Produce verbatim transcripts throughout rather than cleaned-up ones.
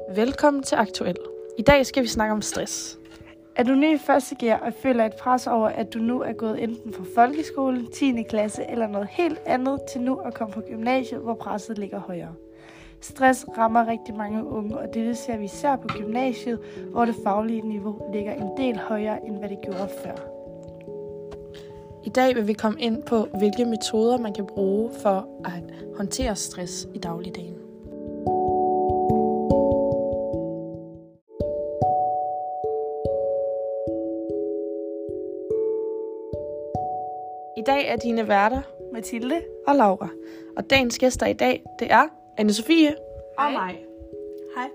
Velkommen til Aktuel. I dag skal vi snakke om stress. Er du ny i første G'er og føler et pres over, at du nu er gået enten fra folkeskolen, tiende klasse eller noget helt andet til nu at komme på gymnasiet, hvor presset ligger højere? Stress rammer rigtig mange unge, og det ser vi især på gymnasiet, hvor det faglige niveau ligger en del højere, end hvad det gjorde før. I dag vil vi komme ind på, hvilke metoder man kan bruge for at håndtere stress i dagligdagen. I dag er dine værter Mathilde og Laura, og dagens gæster i dag, det er Anne-Sophie og mig. Hej.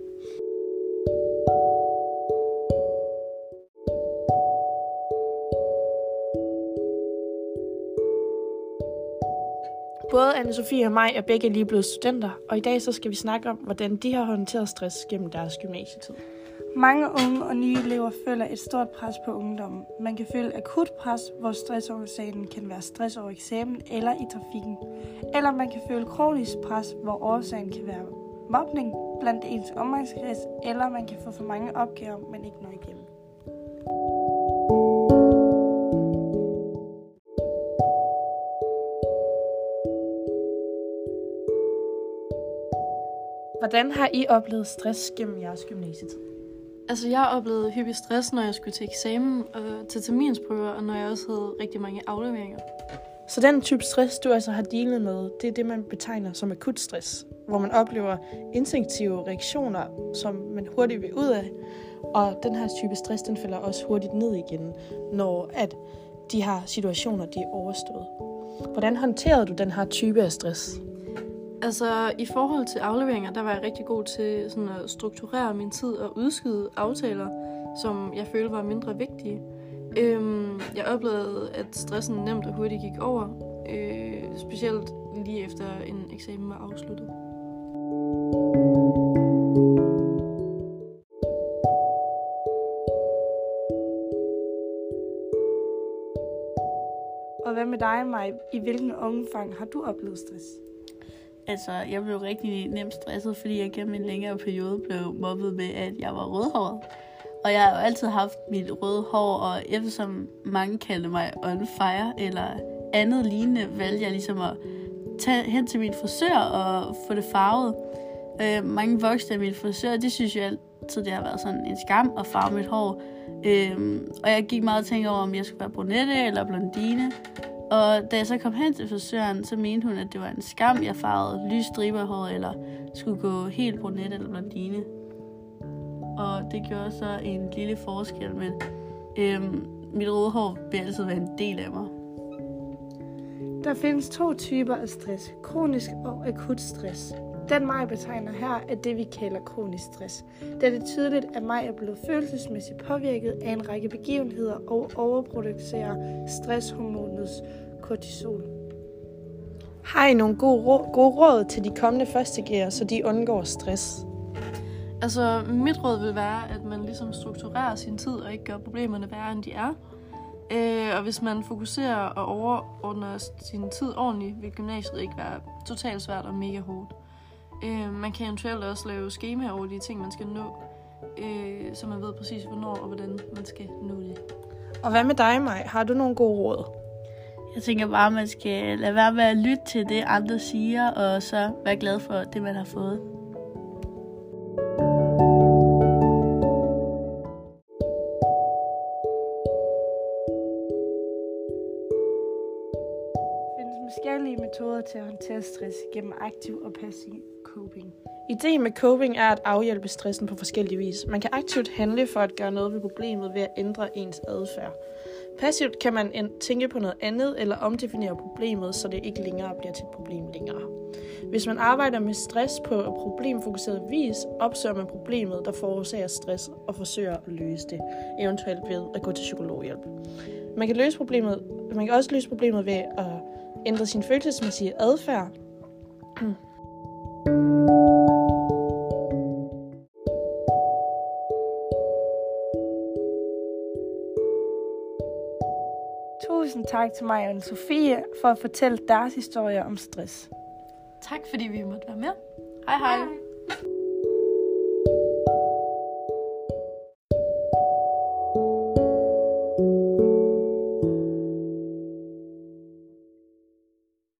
Både Anne-Sophie og mig er begge lige blevet studenter, og i dag så skal vi snakke om, hvordan de har håndteret stress gennem deres gymnasietid. Mange unge og nye elever føler et stort pres på ungdommen. Man kan føle akut pres, hvor stressårsagen kan være stress over eksamen eller i trafikken. Eller man kan føle kronisk pres, hvor årsagen kan være mobning blandt ens omgangskreds, eller man kan få for mange opgaver, men ikke når igennem. Hvordan har I oplevet stress gennem jeres gymnasietid? Altså, jeg oplevede hyppig stress, når jeg skulle til eksamen og til terminsprøver, og når jeg også havde rigtig mange afleveringer. Så den type stress, du altså har dealet med, det er det, man betegner som akut stress, hvor man oplever instinktive reaktioner, som man hurtigt vil ud af, og den her type stress, den falder også hurtigt ned igen, når at de her situationer, de er overstået. Hvordan håndterede du den her type af stress? Altså, i forhold til afleveringer, der var jeg rigtig god til sådan at strukturere min tid og udskyde aftaler, som jeg følte var mindre vigtige. Øhm, jeg oplevede, at stressen nemt og hurtigt gik over, øh, specielt lige efter en eksamen var afsluttet. Og hvad med dig, Maj? I hvilken omfang har du oplevet stress? Altså, jeg blev rigtig nemt stresset, fordi jeg gennem en længere periode blev mobbet med, at jeg var rødhåret. Og jeg har jo altid haft mit røde hår, og eftersom mange kaldte mig on fire eller andet lignende, valgte jeg ligesom at tage hen til min frisør og få det farvet. Øh, mange voksne af mine frisører, de synes jo altid, det har været sådan en skam at farve mit hår. Øh, og jeg gik meget og tænkte over, om jeg skulle være brunette eller blondine. Og da jeg så kom hen til frisøren, så mente hun, at det var en skam, jeg farvede lys striber i håret, eller skulle gå helt brunet eller blondine. Og det gjorde så en lille forskel, men øhm, mit røde hår vil altid være en del af mig. Der findes to typer af stress, kronisk og akut stress. Den Maj betegner her er det, vi kalder kronisk stress. Da det er tydeligt, at Maj er blevet følelsesmæssigt påvirket af en række begivenheder og overproducerer stresshormonet kortisol. Har I nogle gode råd, gode råd til de kommende første G'ere, så de undgår stress? Altså, mit råd vil være, at man ligesom strukturerer sin tid og ikke gør problemerne værre, end de er. Øh, og hvis man fokuserer og overordner sin tid ordentligt, vil gymnasiet ikke være totalt svært og mega hårdt. Øh, man kan eventuelt også lave skemaer over de ting, man skal nå, øh, så man ved præcis, hvornår og hvordan man skal nå det. Og hvad med dig, Maj? Har du nogle gode råd? Jeg tænker bare, at man skal lade være med at lytte til det, andre siger, og så være glad for det, man har fået. Der findes forskellige metoder til at håndtere stress gennem aktiv og passiv coping. Ideen med coping er at afhjælpe stressen på forskellige vis. Man kan aktivt handle for at gøre noget ved problemet ved at ændre ens adfærd. Passivt kan man tænke på noget andet eller omdefinere problemet, så det ikke længere bliver til et problem længere. Hvis man arbejder med stress på problemfokuseret vis, opsøger man problemet, der forårsager stress og forsøger at løse det, eventuelt ved at gå til psykologhjælp. Man kan, løse problemet, man kan også løse problemet ved at ændre sin følelsesmæssige adfærd. Tusind tak til mig og Anne-Sophie for at fortælle deres historier om stress. Tak fordi vi måtte være med. Hej hej. Hej.